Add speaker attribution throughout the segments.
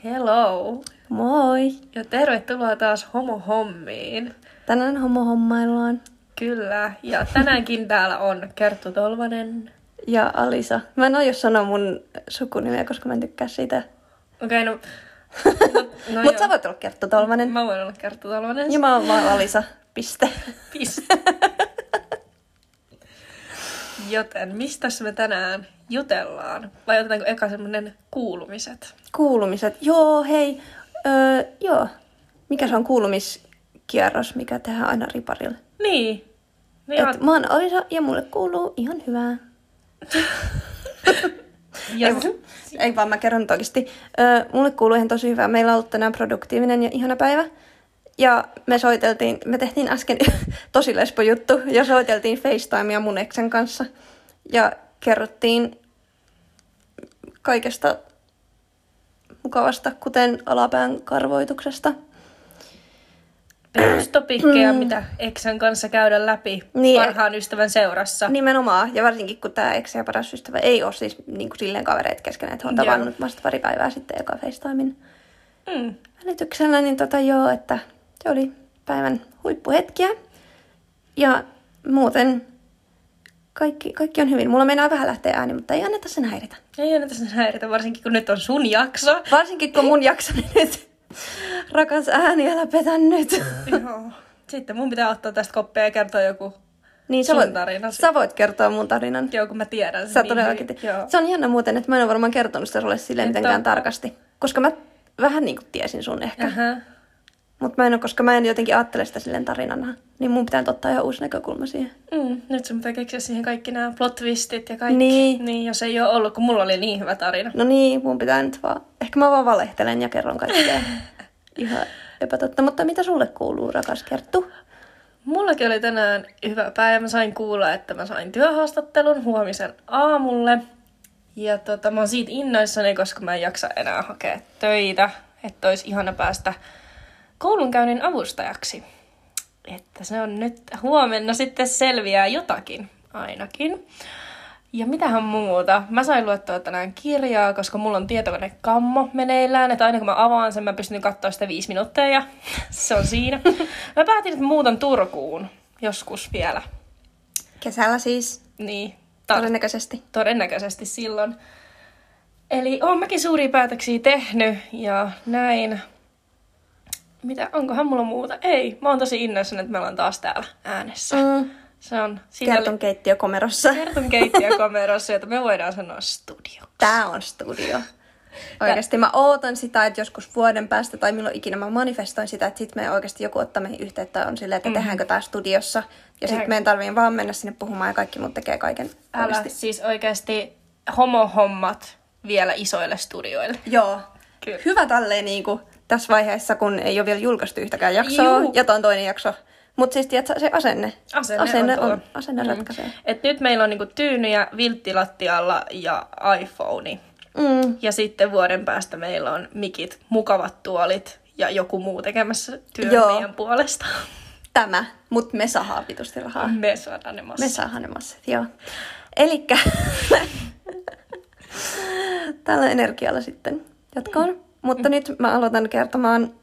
Speaker 1: Hello!
Speaker 2: Moi!
Speaker 1: Ja tervetuloa taas homohommiin.
Speaker 2: Tänään homohommaillaan.
Speaker 1: Kyllä, ja tänäänkin täällä on Kerttu Tolvanen.
Speaker 2: Ja Alisa. Mä en aio sanoa mun sukunimeä, koska mä en tykkää siitä.
Speaker 1: Okei, no
Speaker 2: Mut sä voit olla Kerttu Tolvanen.
Speaker 1: Mä voin olla Kerttu Tolvanen.
Speaker 2: Ja mä oon vaan Alisa. Piste.
Speaker 1: Piste. Joten mistäs me tänään jutellaan? Vai otetaanko eka semmonen kuulumiset?
Speaker 2: Kuulumiset. Joo, hei. Joo. Mikä se on kuulumiskierros, mikä tehdään aina riparille?
Speaker 1: Niin.
Speaker 2: Mä oon Alisa ja mulle kuuluu ihan hyvää. Ei vaan, mä kerron nyt oikeasti. Mulle kuuluu ihan tosi hyvää. Meillä on ollut tänään produktiivinen ja ihana päivä. Ja me tehtiin äsken tosi lesbo juttu ja soiteltiin FaceTimea mun eksen kanssa. Ja kerrottiin kaikesta mukavasta, kuten alapään karvoituksesta.
Speaker 1: Perustopikkeja, mitä eksän kanssa käydä läpi parhaan ystävän seurassa.
Speaker 2: Nimenomaan, ja varsinkin kun tämä eksä ja paras ystävä ei ole siis niin kuin silleen kavereita keskenään, että on tavannut vasta pari päivää sitten joka FaceTimen välityksellä, niin että se oli päivän huippuhetkiä. Ja muuten kaikki on hyvin. Mulla meinaa vähän lähteä ääni, mutta ei anneta sen häiritä.
Speaker 1: Ei anneta sen häiritä, varsinkin kun nyt on sun jakso.
Speaker 2: Varsinkin kun mun jakso nyt. Rakas ääni, älä petä nyt.
Speaker 1: Joo. Sitten mun pitää ottaa tästä koppia ja kertoa joku
Speaker 2: niin,
Speaker 1: sun tarina.
Speaker 2: Sä voit kertoa mun tarinan.
Speaker 1: Joo, kun mä tiedän sen.
Speaker 2: Sä todellakin. Se on jännä muuten, että mä en ole varmaan kertonut sitä sulle silleen mitenkään tarkasti. Koska mä vähän niin kuin tiesin sun ehkä. Mutta mä en ole, koska mä en jotenkin ajattele sitä silleen tarinana. Niin mun pitää ottaa ihan uusi näkökulma siihen.
Speaker 1: Nyt sun pitää keksiä siihen kaikki nämä plot twistit ja kaikki.
Speaker 2: Niin,
Speaker 1: jos ei ole ollut, kun mulla oli niin hyvä tarina.
Speaker 2: No niin, mun pitää nyt vaan. Ehkä mä vaan valehtelen ja kerron kaikkea. Ihan epätotta. Mutta mitä sulle kuuluu, rakas Kerttu?
Speaker 1: Mullakin oli tänään hyvä päivä. Mä sain kuulla, että mä sain työhaastattelun huomisen aamulle. Ja mä oon siitä innoissani, koska mä en jaksa enää hakea töitä. Että olisi ihana päästä koulunkäynnin avustajaksi. Että se on nyt huomenna sitten selviää jotakin ainakin. Ja mitähän muuta? Mä sain luettua tänään kirjaa, koska mulla on tietokonekammo meneillään. Että aina kun mä avaan sen, mä pystyn katsoa sitä 5 minuuttia ja se on siinä. Mä päätin, että muutan Turkuun joskus vielä.
Speaker 2: Kesällä siis?
Speaker 1: Niin.
Speaker 2: Todennäköisesti.
Speaker 1: Todennäköisesti silloin. Eli oon mäkin suuria päätöksiä tehnyt ja näin. Onkohan mulla muuta? Ei. Mä oon tosi innoissani, että me ollaan taas täällä äänessä. Se on
Speaker 2: Kertun keittiökomerossa.
Speaker 1: Kertun keittiökomerossa, jota me voidaan sanoa studioksi.
Speaker 2: Tää on studio. Oikeasti mä ootan sitä, että joskus vuoden päästä tai milloin ikinä mä manifestoin sitä, että sit me oikeasti joku ottaa meihin yhteyttä on silleen, että tehdäänkö tää studiossa. Ja sit meidän tarvii vaan mennä sinne puhumaan ja kaikki muut tekee kaiken.
Speaker 1: Älä siis oikeasti homohommat vielä isoille studioille.
Speaker 2: Joo. Kyllä. Hyvä tälleen niinku tässä vaiheessa, kun ei ole vielä julkaistu yhtäkään jaksoa. Ja tuo on toinen jakso. Mutta siis tiedätkö, se asenne ratkaisee.
Speaker 1: Et nyt meillä on niinku tyynyjä vilttilattialla ja iPhone. Ja sitten vuoden päästä meillä on mikit, mukavat tuolit ja joku muu tekemässä työn meidän puolesta.
Speaker 2: Tämä, mutta me saadaan vitusti rahaa.
Speaker 1: Me saadaan ne massat.
Speaker 2: Me saadaan ne massat, joo. Elikkä tällä energialla sitten jatkoon. Mutta nyt mä aloitan kertomaan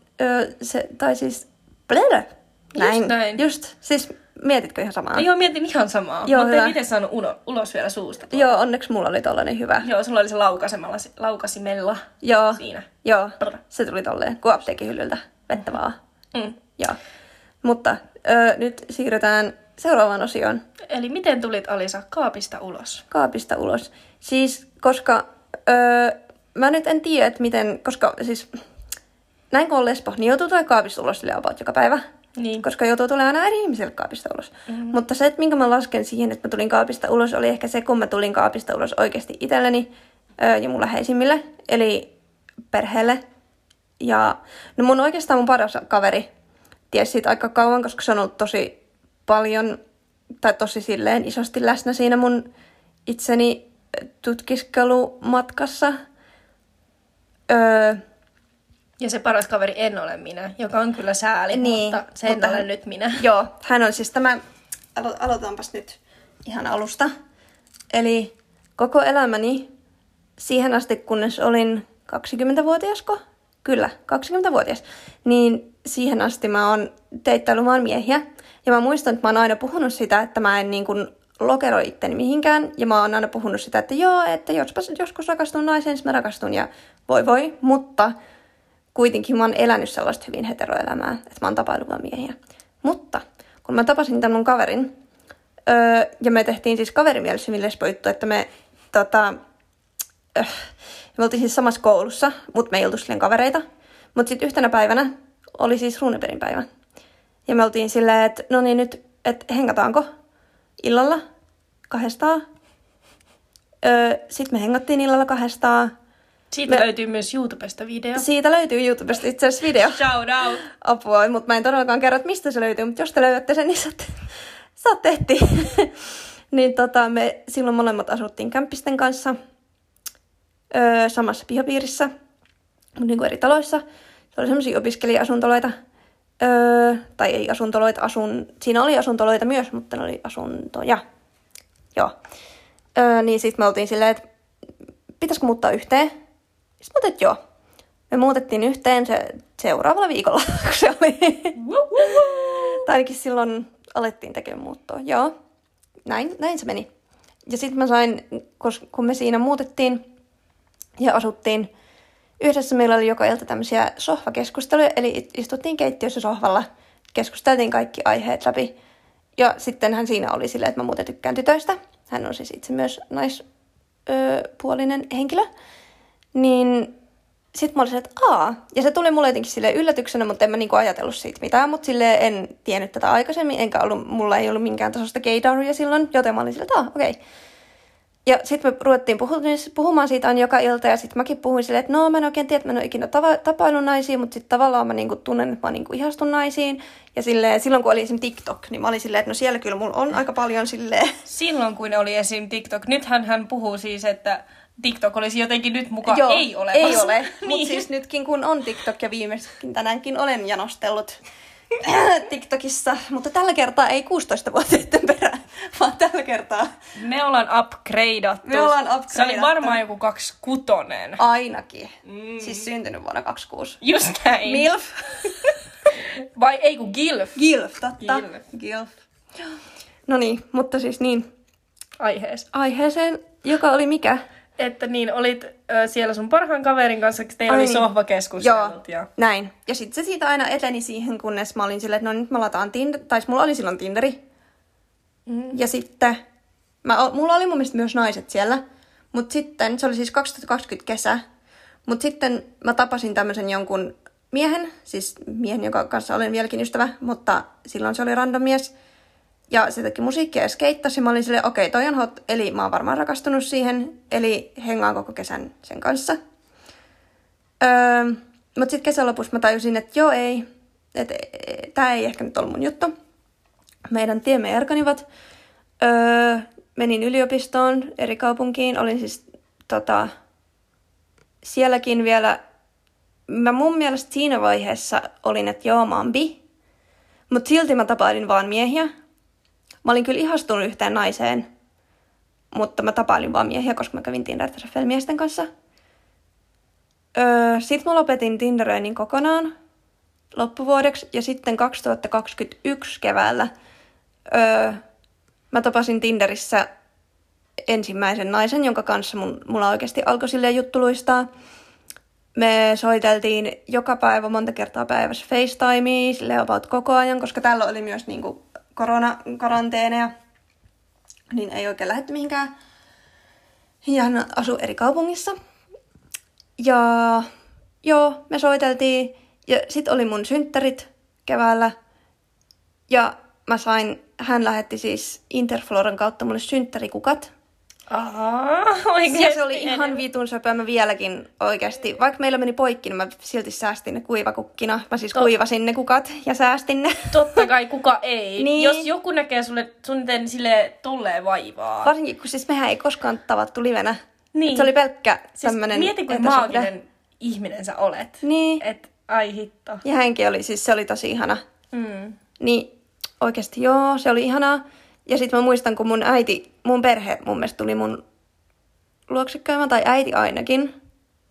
Speaker 2: näin. Just, siis mietitkö ihan samaa?
Speaker 1: Joo, mietin ihan samaa. Mutta ei itse saanut ulos vielä suusta.
Speaker 2: Joo, onneksi mulla oli tollanen hyvä.
Speaker 1: Joo, sulla oli se laukasimella siinä.
Speaker 2: Joo, se tuli tolleen, kuin apteekin hyllyltä vettä vaan. Joo. Mutta nyt siirrytään seuraavaan osioon.
Speaker 1: Eli miten tulit, Alisa, kaapista ulos?
Speaker 2: Kaapista ulos. Siis, koska mä nyt en tiedä, että miten, koska siis näin kun on lesbo, niin joutuu tulemaan kaapista ulos sille about joka päivä.
Speaker 1: Niin.
Speaker 2: Koska joutuu tulemaan aina eri ihmiselle kaapista ulos. Mutta se, että minkä mä lasken siihen, että mä tulin kaapista ulos, oli ehkä se, kun mä tulin kaapista ulos oikeasti itselleni ja mun läheisimmille, eli perheelle. Ja no mun paras kaveri tiesi siitä aika kauan, koska se on ollut tosi paljon, tai tosi silleen isosti läsnä siinä mun itseni tutkiskelumatkassa. Ja se paras kaveri en ole minä, joka on kyllä sääli, niin, mutta se en ole nyt minä. Joo, hän on siis tämä, aloitanpas nyt ihan alusta. Eli koko elämäni siihen asti, kunnes olin 20-vuotiasko, Kyllä, 20-vuotias. Niin siihen asti mä oon deittailu vaan miehiä. Ja mä muistan, että mä oon aina puhunut sitä, että mä en niin kuin lokeroi itteni mihinkään. Ja mä oon aina puhunut sitä, että joo, että joskus rakastun naiseen, niin mä rakastun ja voi. Mutta kuitenkin mä oon elänyt sellaista hyvin heteroelämää, että mä oon tapaillut vaan miehiä. Mutta kun mä tapasin tämän mun kaverin, ja me tehtiin siis kaverimielessä lesbojuttu, että me oltiin siis samassa koulussa, mutta me ei oltu silleen kavereita. Mutta sitten yhtenä päivänä oli siis Runebergin päivä. Ja me oltiin silleen, että no niin nyt, että hengataanko illalla 2. Sitten me hengattiin illalla 2.
Speaker 1: Siitä löytyy myös YouTubesta video.
Speaker 2: Siitä löytyy YouTubesta itse asiassa video.
Speaker 1: Shout out!
Speaker 2: Apua, mutta mä en todellakaan kerro, että mistä se löytyy, mutta jos te löydätte sen, niin saatte etsiä. Niin me silloin molemmat asuttiin kämppisten kanssa samassa pihapiirissä, mutta niin kuin eri taloissa. Se oli semmoisia opiskelija-asuntoloita. Tai ei asuntoloita, siinä oli asuntoloita myös, mutta ne oli asuntoja. Joo. Niin sit me oltiin silleen, että pitäisikö muuttaa yhteen? Sitten mä otin, että joo. Me muutettiin yhteen seuraavalla viikolla, kun se oli. Tai ainakin silloin alettiin tekemään muuttoa. Joo, näin se meni. Ja sitten mä sain, kun me siinä muutettiin ja asuttiin yhdessä, meillä oli joka ilta tämmöisiä sohvakeskusteluja, eli istuttiin keittiössä sohvalla, keskusteltiin kaikki aiheet läpi. Ja sitten hän siinä oli silleen, että mä muuten tykkään tytöistä. Hän on siis itse myös naispuolinen henkilö. Niin sitten mä olin silleen, että ja se tuli mulle jotenkin silleen yllätyksenä, mutta en mä niinku ajatellut siitä mitään, mutta silleen en tiennyt tätä aikaisemmin, mulla ei ollut minkään tasosta gaydowria silloin, joten mä olin silleen, että okei. Ja sitten me ruvettiin puhumaan siitä joka ilta, ja sitten mäkin puhuin silleen, että no mä en oikein tiedä, että mä en ole ikinä tapaillut naisia, mutta sitten tavallaan mä niinku tunnen, että mä niinku ihastun naisiin. Ja silloin kun oli esim. TikTok, niin mä olin silleen, että no siellä kyllä mulla on aika paljon silleen.
Speaker 1: Silloin kun oli esim. TikTok, nythän hän puhuu siis, että TikTok olisi jotenkin nyt mukaan ei ole.
Speaker 2: Ei ole,
Speaker 1: niin.
Speaker 2: mutta siis nytkin kun on TikTok ja viimeiskin tänäänkin olen janostellut TikTokissa, mutta tällä kertaa ei 16-vuotiaiden perään, vaan tällä kertaa
Speaker 1: me ollaan upgradeattu. Se oli varmaan joku 26.
Speaker 2: Ainakin. Siis syntynyt vuonna 26.
Speaker 1: Just näin.
Speaker 2: MILF.
Speaker 1: Vai ei kun GILF.
Speaker 2: GILF, totta. GILF. No niin, mutta siis niin. Aiheeseen, joka oli mikä?
Speaker 1: Että niin, olit siellä sun parhaan kaverin kanssa, kun teillä oli sohvakeskustelut.
Speaker 2: Joo, näin. Ja sitten se siitä aina eteni siihen, kunnes mä olin silleen, että no nyt mä lataan Tinder, tai mulla oli silloin Tinderi. Ja sitten, mulla oli mun mielestä myös naiset siellä, mutta sitten, se oli siis 2020 kesä, mutta sitten mä tapasin tämmöisen jonkun miehen, siis miehen, jonka kanssa olen vieläkin ystävä, mutta silloin se oli random mies. Ja se teki musiikkia ja skeittasi. Mä olin silleen, okei, toi on hot, eli mä oon varmaan rakastunut siihen. Eli hengaan koko kesän sen kanssa. Mutta sitten kesän lopussa mä tajusin, että joo ei. Että tää ei ehkä nyt ollut mun juttu. Meidän tiemme erkanivat. Menin yliopistoon eri kaupunkiin. Olin siis sielläkin vielä. Mä mun mielestä siinä vaiheessa olin, että joo mä oon bi. Mut silti mä tapailin vaan miehiä. Mä olin kyllä ihastunut yhteen naiseen, mutta mä tapailin vaan miehiä, koska mä kävin Tinder-treffeillä miesten kanssa. Sitten mä lopetin Tinderöinnin kokonaan loppuvuodeksi, ja sitten 2021 keväällä mä tapasin Tinderissä ensimmäisen naisen, jonka kanssa mulla oikeasti alkoi silleen juttuluistaa. Me soiteltiin joka päivä monta kertaa päivässä FaceTimea, silleen about koko ajan, koska tällä oli myös niinku koronakaraanteeneja, niin ei oikein lähdetty mihinkään. Ja hän asui eri kaupungissa. Ja joo, me soiteltiin. Ja sit oli mun synttärit keväällä. Ja hän lähetti siis Interfloran kautta mulle synttärikukat.
Speaker 1: Oikeesti.
Speaker 2: Ja se oli ihan vitun söpöä, mä vieläkin oikeasti. Vaikka meillä meni poikki, niin mä silti säästin ne kuivakukkina. Mä siis kuivasin ne kukat ja säästin ne.
Speaker 1: Totta kai, kuka ei.
Speaker 2: Niin.
Speaker 1: Jos joku näkee sun sille tolleen vaivaa.
Speaker 2: Varsinkin, kun siis mehän ei koskaan tavattu livenä.
Speaker 1: Niin.
Speaker 2: Se oli pelkkä
Speaker 1: siis
Speaker 2: tämmönen
Speaker 1: mieti, kun maaginen ihminen sä olet.
Speaker 2: Niin.
Speaker 1: Et ai hitto.
Speaker 2: Ja hänkin oli, siis se oli tosi ihana. Niin oikeasti joo, se oli ihanaa. Ja sit mä muistan, kun mun perhe mun mielestä tuli mun luokse käymään, tai äiti ainakin.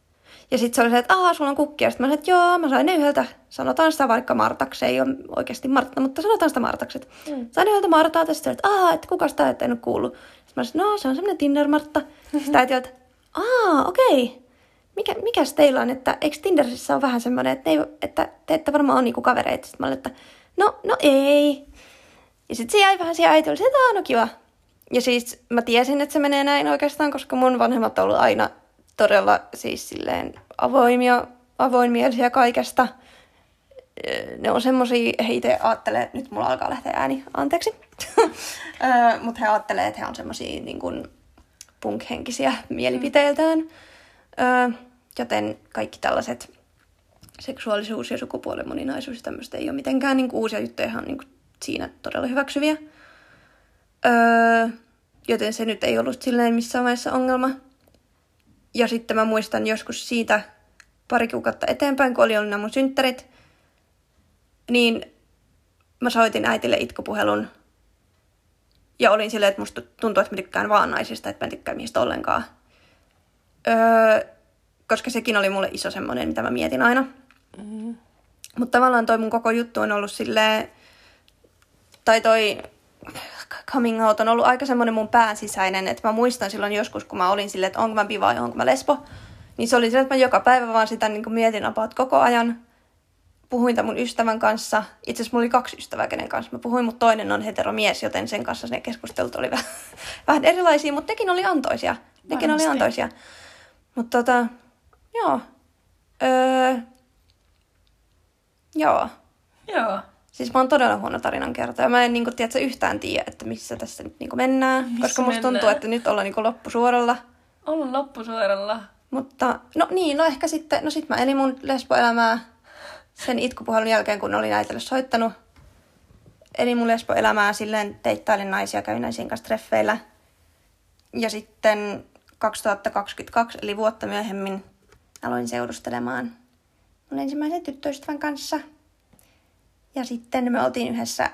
Speaker 2: Ja sitten se oli se, että sulla on kukkia. Sitten mä sanoin, että joo, mä sain ne yhdeltä, sanotaan sitä vaikka Martaksi, ei ole oikeasti Martta, mutta sanotaan sitä Martaksi. Sain yhdeltä Martaa tästä, että että kuka sitä, et en ole kuullut. Sitten mä sanoin, no se on semmoinen Tinder-Martta. Sitten äiti oli, että okei. Mikäs teillä on, että eikö Tinderissä ole vähän semmoinen, että te ette varmaan ole niinku kavereita. Sitten mä olin, että no ei. Ja sitten se jäi vähän siihen äiti, oli se, että no kiva. Ja siis mä tiesin, että se menee näin oikeastaan, koska mun vanhemmat on ollut aina todella siis silleen avoinmielisiä kaikesta. Ne on semmosia, he itse ajattelee, nyt mulla alkaa lähteä ääni, anteeksi. Mutta he ajattelee, että he on semmosia niin kuin punk-henkisiä mielipiteiltään. Joten kaikki tällaiset seksuaalisuus ja sukupuolen moninaisuus ja tämmöistä ei ole mitenkään niin kuin uusia juttuja, ihan niin kuin siinä todella hyväksyviä. Joten se nyt ei ollut silleen missään vaiheessa ongelma. Ja sitten mä muistan joskus siitä pari kuukautta eteenpäin, kun oli ollut nämä mun synttärit, niin mä soitin äitille itkupuhelun. Ja olin silleen, että musta tuntuu, että mä tykkään vaan naisista, että mä en tykkää miehistä ollenkaan. Koska sekin oli mulle iso semmoinen, mitä mä mietin aina. Mm-hmm. Mutta tavallaan toi mun koko juttu on ollut silleen, tai toi coming out on ollut aika semmoinen mun pään sisäinen, että mä muistan silloin joskus, kun mä olin silleen, että onko mä bi vai onko mä lesbo, niin se oli se, että mä joka päivä vaan sitä niin kuin mietin about koko ajan. Puhuin tämän mun ystävän kanssa. Itse asiassa mulla oli 2 ystävää, kenen kanssa mä puhuin, mutta toinen on heteromies, joten sen kanssa ne keskustelut oli vähän erilaisia, mutta nekin oli antoisia. Mutta joo. Joo. Siis mä oon todella huono tarinankertoja. Mä en yhtään tiedä, että missä tässä nyt mennään. Koska musta tuntuu, että nyt ollaan loppusuoralla.
Speaker 1: Ollaan loppusuoralla.
Speaker 2: Mutta, ehkä sitten, sit mä elin mun lesboelämää sen itkupuhelun jälkeen, kun olin äitille soittanut. Elin mun lesboelämää silleen, teittailin naisia, kävin naisien kanssa treffeillä. Ja sitten 2022, eli vuotta myöhemmin, aloin seurustelemaan mun ensimmäisen tyttöystävän kanssa. Ja sitten me oltiin yhdessä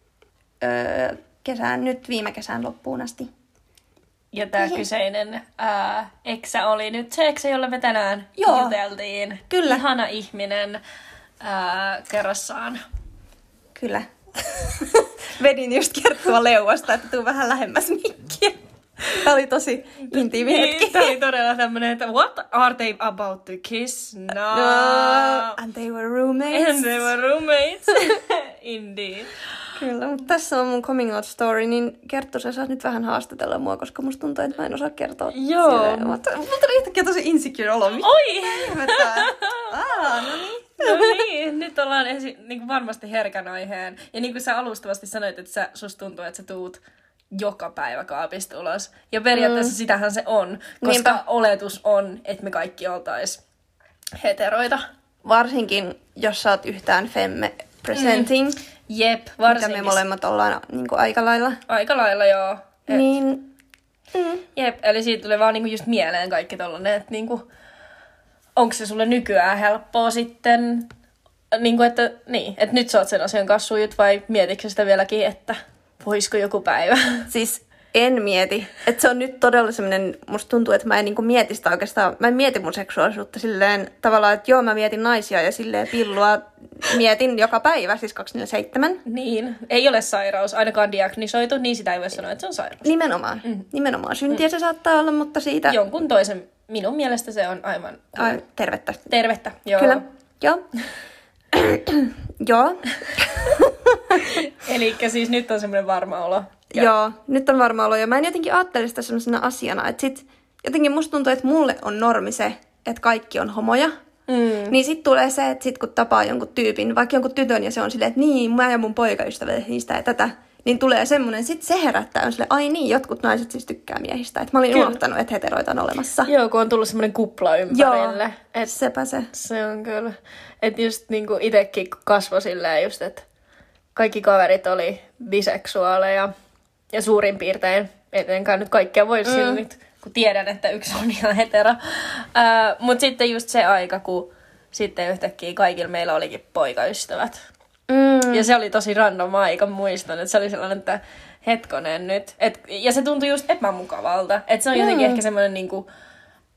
Speaker 2: viime kesän loppuun asti.
Speaker 1: Ja tää kyseinen eksä oli nyt se eksä, jolle me tänään juteltiin.
Speaker 2: Kyllä.
Speaker 1: Ihana ihminen kerrassaan.
Speaker 2: Kyllä. Vedin just Kerttua leuasta, että tuu vähän lähemmäs mikkiä. Tää oli tosi intiimi hetki.
Speaker 1: Tää oli todella tämmönen, että what are they about to kiss? No.
Speaker 2: And they were roommates.
Speaker 1: Indeed.
Speaker 2: Kyllä, mutta tässä on mun coming out story, niin Kerttu, sä saat nyt vähän haastatella mua, koska musta tuntuu, että mä en osaa kertoa.
Speaker 1: Joo.
Speaker 2: Mutta oli yhtäkkiä tosi insecure olo.
Speaker 1: Oi!
Speaker 2: No niin.
Speaker 1: No niin, nyt ollaan niin varmasti herkän aiheen. Ja niin kuin sä alustavasti sanoit, että susta tuntuu, että sä tuut joka päivä kaapista ulos. Ja periaatteessa sitähän se on, koska oletus on, että me kaikki oltais heteroita.
Speaker 2: Varsinkin, jos sä oot yhtään femme presenting.
Speaker 1: Jep, varsinkin.
Speaker 2: Mitä me molemmat ollaan niin kuin aika lailla.
Speaker 1: Aika lailla, joo.
Speaker 2: Niin.
Speaker 1: Jep, eli siitä tuli vaan niinku just mieleen kaikki tollanen, että niinku, onko se sulle nykyään helppoa sitten, niinku, että nyt sä oot sen asian kanssa sujut, vai mietitkö sitä vieläkin, että voisiko joku päivä?
Speaker 2: Siis en mieti. Että se on nyt todella semmoinen, musta tuntuu, että mä en niinku mieti sitä oikeastaan, mä en mieti mun seksuaalisuutta silleen tavallaan, että joo, mä mietin naisia ja silleen pillua mietin joka päivä, siis 24/7.
Speaker 1: Niin, ei ole sairaus, ainakaan diagnisoitu, niin sitä ei voi sanoa, että se on sairaus.
Speaker 2: Nimenomaan. Syntiä se saattaa olla, mutta siitä...
Speaker 1: Jonkun toisen, minun mielestä se on aivan...
Speaker 2: Tervettä.
Speaker 1: Tervettä, joo.
Speaker 2: Kyllä, joo. Joo.
Speaker 1: Elikkä siis nyt on semmoinen varma olo.
Speaker 2: Joo, nyt on varma olo. Ja mä en jotenkin ajattele sitä semmoisena asiana, että sit jotenkin musta tuntuu, että mulle on normi se, että kaikki on homoja. Niin sit tulee se, että sit kun tapaa jonkun tyypin, vaikka jonkun tytön, ja se on silleen, että niin, mä ja mun poikaystävä niistä ja tätä, niin tulee semmoinen, sit se herättää, on silleen, ai niin, jotkut naiset siis tykkää miehistä. Että mä olin unohtanut, että heteroita on olemassa.
Speaker 1: Joo, kun on tullut semmoinen kupla ympärille.
Speaker 2: Joo, sepä se.
Speaker 1: Se on kyllä. Että just niinku itekin kasvoi silleen just, että kaikki kaverit oli biseksuaaleja. Ja suurin piirtein, etenkään nyt kaikkea voi nyt, kun tiedän, että yksi on ihan hetero. Mutta sitten just se aika, kun sitten yhtäkkiä kaikilla meillä olikin poikaystävät. Ja se oli tosi random aika, muistan, että se oli sellainen, että hetkonen nyt. Ja se tuntui just epämukavalta. Että se on jotenkin ehkä semmoinen niinku,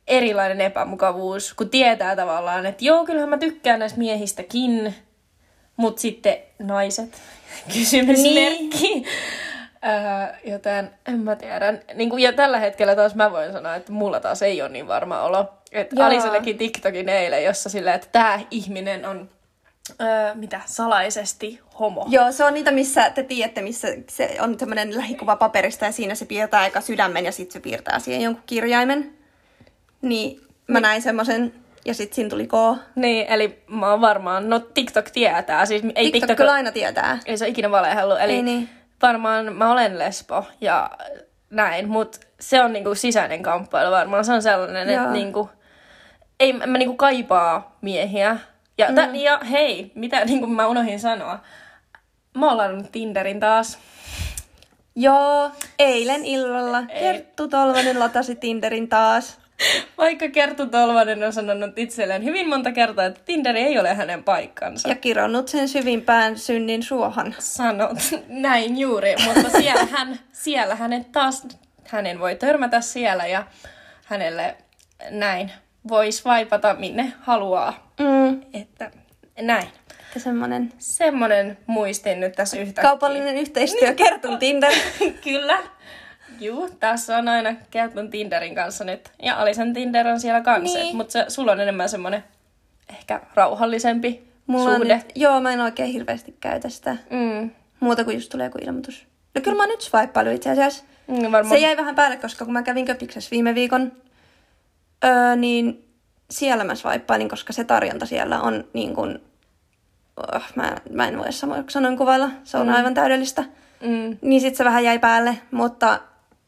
Speaker 1: erilainen epämukavuus, kun tietää tavallaan, että joo, kyllähän mä tykkään näistä miehistäkin, mutta sitten naiset, kysymysmerkki. Niin. Joten en mä tiedä. Niin kuin, ja tällä hetkellä taas mä voin sanoa, että mulla taas ei ole niin varma olo. Että Alisellekin TikTokin eilen, jossa silleen, että tää ihminen on salaisesti homo.
Speaker 2: Joo, se on niitä, missä te tiedätte, missä se on tämmönen lähikuva paperista ja siinä se piirtää aika sydämen ja sitten se piirtää siihen jonkun kirjaimen. Niin mä näin semmoisen ja sitten siinä tuli K.
Speaker 1: Niin, eli mä oon varmaan, no TikTok tietää. Siis ei
Speaker 2: TikTok kyllä aina tietää.
Speaker 1: Ei se ole ikinä valehellut, eli ei niin. Varmaan mä olen lesbo ja näin, mutta se on niinku sisäinen kamppailu varmaan. Se on sellainen, että niinku, ei mä niinku kaipaa miehiä. Ja, ja hei, mitä niinku mä unohdin sanoa. Mä oon ladannut Tinderin taas.
Speaker 2: Joo, eilen illalla Kerttu Tolvanen latasi Tinderin taas.
Speaker 1: Vaikka Kerttu Tolvanen on sanonut itselleen hyvin monta kertaa, että Tinder ei ole hänen paikkansa.
Speaker 2: Ja kironnut sen syvimpään synnin suohon.
Speaker 1: Sanot näin juuri, mutta siellä hänen voi törmätä siellä ja hänelle näin voisi vaipata minne haluaa. Että näin. Semmonen muistin nyt tässä yhtäkkiä.
Speaker 2: Kaupallinen yhteistyö Kertun Tinder.
Speaker 1: Kyllä. Juu, tässä on aina Kertun Tinderin kanssa nyt. Ja Alisen Tinder on siellä kanssa. Niin. Mutta sulla on enemmän semmonen ehkä rauhallisempi suhde.
Speaker 2: Nyt, joo, mä en oikein hirveästi käytä sitä. Muuta kuin just tulee joku ilmoitus. No kyllä mä oon nyt swipeailu itse asiassa. Se jäi vähän päälle, koska kun mä kävin Köpiksessä viime viikon, niin siellä mä swipeailin, koska se tarjonta siellä on niin kuin... mä en voi sanoin kuvailla. Se on aivan täydellistä. Niin sit se vähän jäi päälle, mutta...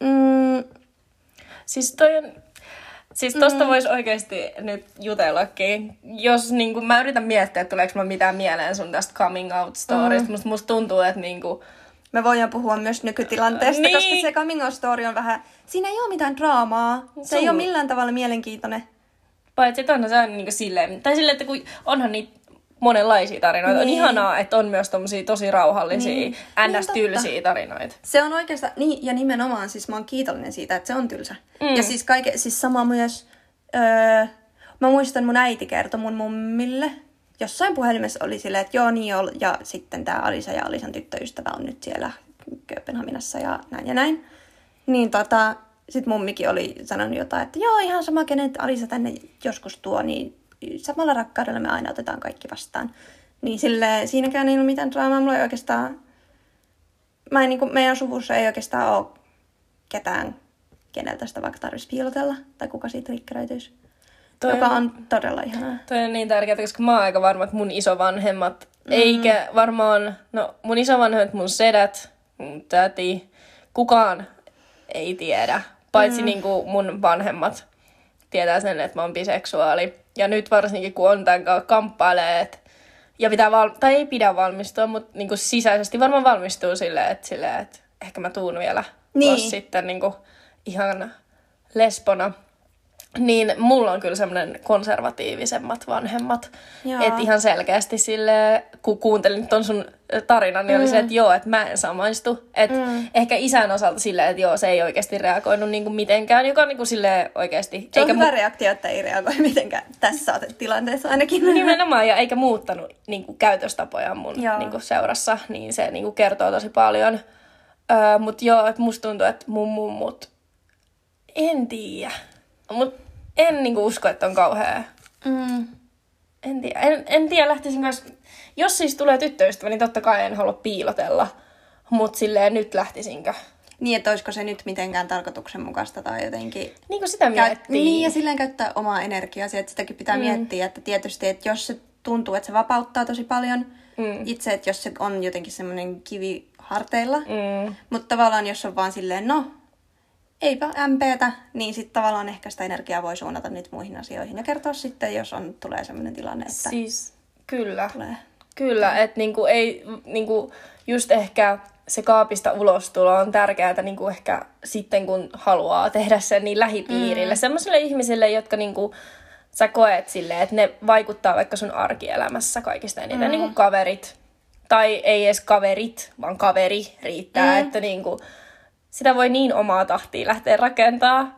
Speaker 1: Siis tosta voisi oikeesti nyt jutellakin. Jos niinku, mä yritän miettiä, että tuleeko mulla mitään mieleen sun tästä coming out storysta. Musta tuntuu, että niinku...
Speaker 2: Me voidaan puhua myös nykytilanteesta, niin. Koska se coming out story on vähän... Siinä ei ole mitään draamaa. Se ei ole millään tavalla mielenkiintoinen.
Speaker 1: Paitsi, että onhan se niinku silleen... Tai silleen, että kun onhan niitä monenlaisia tarinoita. Niin. On ihanaa, että on myös tommosia tosi rauhallisia, ns-tylsiä tarinoita.
Speaker 2: Se on oikeastaan, niin, ja nimenomaan siis mä oon kiitollinen siitä, että se on tylsä. Ja siis sama myös, mä muistan mun äiti kertoi mun mummille, jossain puhelimessa oli silleen, että joo niin, ja sitten tää Alisa ja Alisan tyttöystävä on nyt siellä Kööpenhaminassa ja näin. Niin sit mummikin oli sanonut jotain, että joo ihan sama kenet Alisa tänne joskus tuo, niin samalla rakkaudella me aina otetaan kaikki vastaan. Niin silleen, siinäkään ei ollut mitään draamaa. Mulla ei oikeastaan... meidän suvussa ei oikeastaan ole ketään, keneltä sitä vaikka tarvitsisi piilotella. Tai kuka siitä rikkeröityisi. Joka on todella ihanaa.
Speaker 1: Toi on niin tärkeää, koska mä oon aika varma, että mun isovanhemmat, eikä varmaan... No, mun isovanhemmat, mun sedät, mun täti, kukaan ei tiedä. Paitsi niinku mun vanhemmat tietää sen, että mä oon biseksuaali. Ja nyt varsinkin, kun on tämän kanssa kamppailee, ja tai ei pidä valmistua, mutta niinku sisäisesti varmaan valmistuu silleen, että ehkä mä tuun vielä sitten niinku ihan lesbona. Niin mulla on kyllä semmoinen konservatiivisemmat vanhemmat. Että ihan selkeästi silleen, kun kuuntelin ton sun tarinan, niin oli se, että joo, että mä en samaistu. Että ehkä isän osalta silleen, että joo, se ei oikeasti reagoinut niinku mitenkään, joka on niinku silleen oikeasti...
Speaker 2: Se on hyvä reaktio, että ei reagoi mitenkään tässä tilanteessa ainakin.
Speaker 1: Nimenomaan, ja eikä muuttanut niinku käytöstapoja mun niinku seurassa, niin se niinku kertoo tosi paljon. Mutta joo, että musta tuntuu, että mun mummut... En tiedä. Mut en niinku usko, että on kauhea. En tiedä. En tiedä, lähtisin myös... Jos siis tulee tyttöystävä, niin totta kai en halua piilotella. Mut silleen nyt lähtisinkö?
Speaker 2: Niin, että olisiko se nyt mitenkään tarkoituksenmukaista tai jotenkin...
Speaker 1: Niin kuin sitä miettii.
Speaker 2: Niin, ja silleen käyttää omaa energiaa. Että sitäkin pitää miettiä, että tietysti, että jos se tuntuu, että se vapauttaa tosi paljon itse, että jos se on jotenkin semmoinen kivi harteilla. Mutta tavallaan, jos on vaan silleen, no... Eipä MPtä, niin sitten tavallaan ehkä sitä energiaa voi suunnata nyt muihin asioihin. Ja kertoa sitten, jos tulee sellainen tilanne, että...
Speaker 1: Siis, kyllä.
Speaker 2: Tulee.
Speaker 1: Kyllä, että niinku ei, niinku just ehkä se kaapista ulostulo on tärkeää niinku ehkä sitten, kun haluaa tehdä sen niin lähipiirille. Sellaisille ihmisille, jotka niinku, sä koet silleen, että ne vaikuttaa vaikka sun arkielämässä kaikista eniten. Niinku kaverit. Tai ei edes kaverit, vaan kaveri riittää, että niinku... Sitä voi niin omaa tahtia lähteä rakentaa.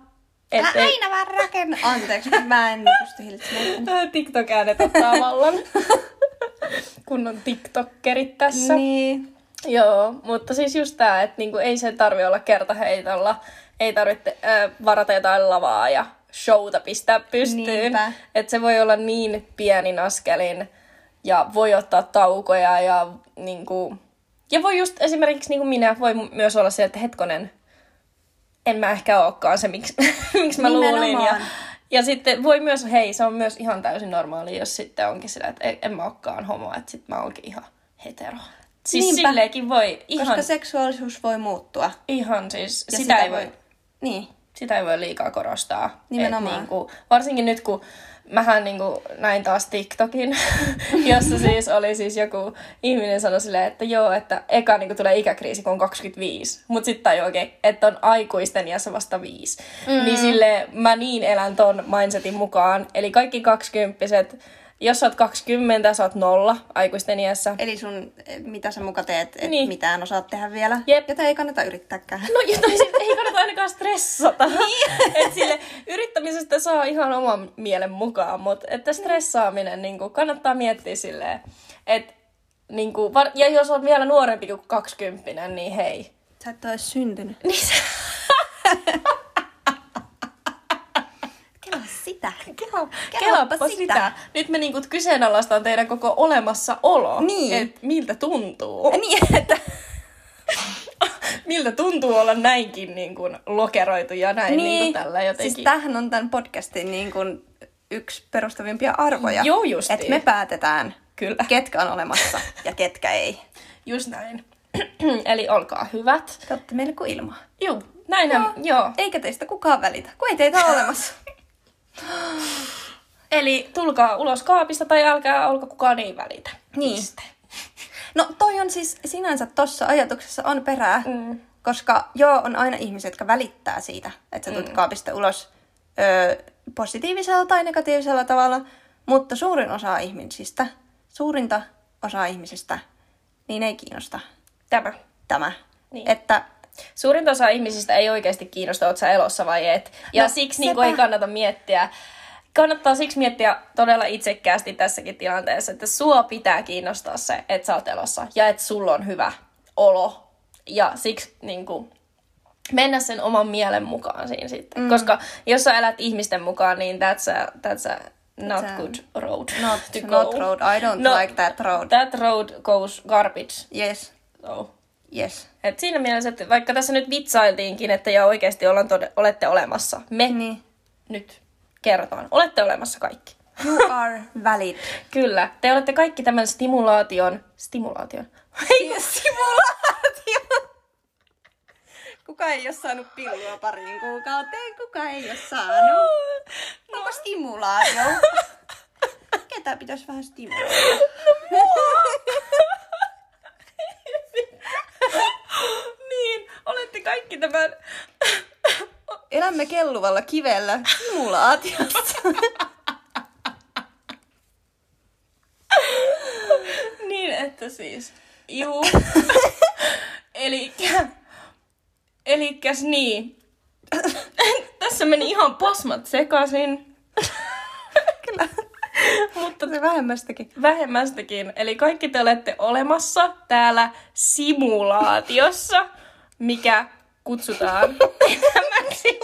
Speaker 2: Älä aina vaan rakenna. Anteeksi, mä en pysty hillitsemään.
Speaker 1: TikTok-äänet ottaa vallan. Kun on TikTokkerit tässä.
Speaker 2: Niin.
Speaker 1: Joo, mutta siis just tää, että niinku ei se tarvi olla kertaheitolla. Ei tarvitse varata jotain lavaa ja showta pistää pystyyn. Että se voi olla niin pienin askelin ja voi ottaa taukoja ja niinku... Ja voi just esimerkiksi niin kuin minä, voi myös olla se, että hetkonen, en mä ehkä olekaan se, miksi mä luulin. Ja sitten voi myös, hei, se on myös ihan täysin normaali, jos sitten onkin sillä, että en mä olekaan homo, että sitten mä oonkin ihan hetero. Siis
Speaker 2: niinpä,
Speaker 1: silleenkin voi ihan...
Speaker 2: Koska seksuaalisuus voi muuttua.
Speaker 1: Ihan siis,
Speaker 2: ja
Speaker 1: sitä ei voi...
Speaker 2: Niin.
Speaker 1: Sitä ei voi liikaa korostaa.
Speaker 2: Nimenomaan.
Speaker 1: Niinku, varsinkin nyt, kun mähän niinku näin taas TikTokin, jossa siis oli siis joku ihminen sanoi silleen, että joo, että eka niinku tulee ikäkriisi, kun on 25. Mut sit tajuakin, että on aikuisten iässä vasta 5. Niin silleen mä niin elän ton mindsetin mukaan. Eli kaikki 20-vuotiaat, jos sä oot 20, sä oot 0 aikuisten iässä.
Speaker 2: Eli sun, mitä sä muka teet, et
Speaker 1: niin.
Speaker 2: Mitään osaat tehdä vielä.
Speaker 1: Jep.
Speaker 2: Jota ei kannata yrittääkään.
Speaker 1: No jotain ei kannata ainakaan stressata. Niin. Et sille yrittämisestä saa ihan oman mielen mukaan, mutta että stressaaminen niinku, kannattaa miettiä silleen, että niinku, ja jos on vielä nuorempi kuin 20, niin hei.
Speaker 2: Sä et ole edes syntynyt.
Speaker 1: Niin sä... Kelaappa sitä. Nyt me niinku kyseenalaistaan teidän koko olemassaolo.
Speaker 2: Niin.
Speaker 1: Et miltä tuntuu.
Speaker 2: Niin, että...
Speaker 1: Miltä tuntuu olla näinkin niin kuin lokeroitu ja näin niin kuin tällä jotenkin.
Speaker 2: Siis tämähän on tämän podcastin niin kuin yksi perustavimpia arvoja.
Speaker 1: Joo, justiin.
Speaker 2: Että me päätetään,
Speaker 1: kyllä,
Speaker 2: ketkä on olemassa ja ketkä ei.
Speaker 1: Just näin. Eli olkaa hyvät.
Speaker 2: Te olette meille kuin ilmaa.
Speaker 1: Joo, näinhän, joo.
Speaker 2: Eikä teistä kukaan välitä, kun ei teitä ole olemassa.
Speaker 1: Eli tulkaa ulos kaapista tai älkää olko kukaan ei välitä.
Speaker 2: Niin. No toi on siis sinänsä tossa ajatuksessa on perää, koska joo, on aina ihmisiä, jotka välittää siitä, että sä tulet kaapista ulos positiivisella tai negatiivisella tavalla, mutta suurinta osaa ihmisistä, niin ei kiinnosta tämä.
Speaker 1: Niin.
Speaker 2: Että
Speaker 1: suurinta osa ihmisistä ei oikeasti kiinnosta, oot sä elossa vai et. Ja no, siksi niin ei kannata miettiä. Kannattaa siksi miettiä todella itsekkäästi tässäkin tilanteessa, että sua pitää kiinnostaa se, että sä oot elossa ja että sulla on hyvä olo. Ja siksi niin kuin, mennä sen oman mielen mukaan siinä sitten. Koska jos sä elät ihmisten mukaan, niin that's a not good road to go.
Speaker 2: Not road. I don't like that road.
Speaker 1: That road goes garbage.
Speaker 2: Yes.
Speaker 1: So.
Speaker 2: Yes.
Speaker 1: Et siinä mielessä, että vaikka tässä nyt vitsailtiinkin, että ja oikeasti olette olemassa. Me nyt kerrotaan. Olette olemassa kaikki.
Speaker 2: You are valid.
Speaker 1: Kyllä. Te olette kaikki tämän stimulaation.
Speaker 2: Kuka ei ole saanut pillua pariin kuukauteen? Kuka ei ole saanut? Onko stimulaatio? Ketä pitäisi vähän stimuloida?
Speaker 1: Niin, olette kaikki tämän...
Speaker 2: Elämme kelluvalla kivellä simulaatiossa.
Speaker 1: Niin, että siis... Juu. Elikkäs niin. Tässä meni ihan pasmat sekaisin.
Speaker 2: Kyllä. Mutta se
Speaker 1: vähemmästäkin. Eli kaikki te olette olemassa täällä simulaatiossa, mikä kutsutaan elämäksi.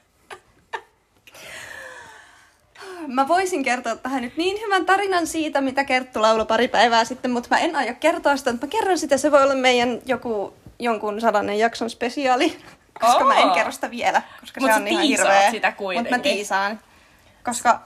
Speaker 2: Mä voisin kertoa tähän nyt niin hyvän tarinan siitä, mitä Kerttu lauloi pari päivää sitten, mutta mä en aio kertoa sitä, mutta mä kerron sitä. Se voi olla meidän jonkun 100 jakson spesiaali, koska mä en kerro sitä vielä, koska se on ihan hirveä.
Speaker 1: Sitä kuitenkin.
Speaker 2: Mutta mä tiisaan, koska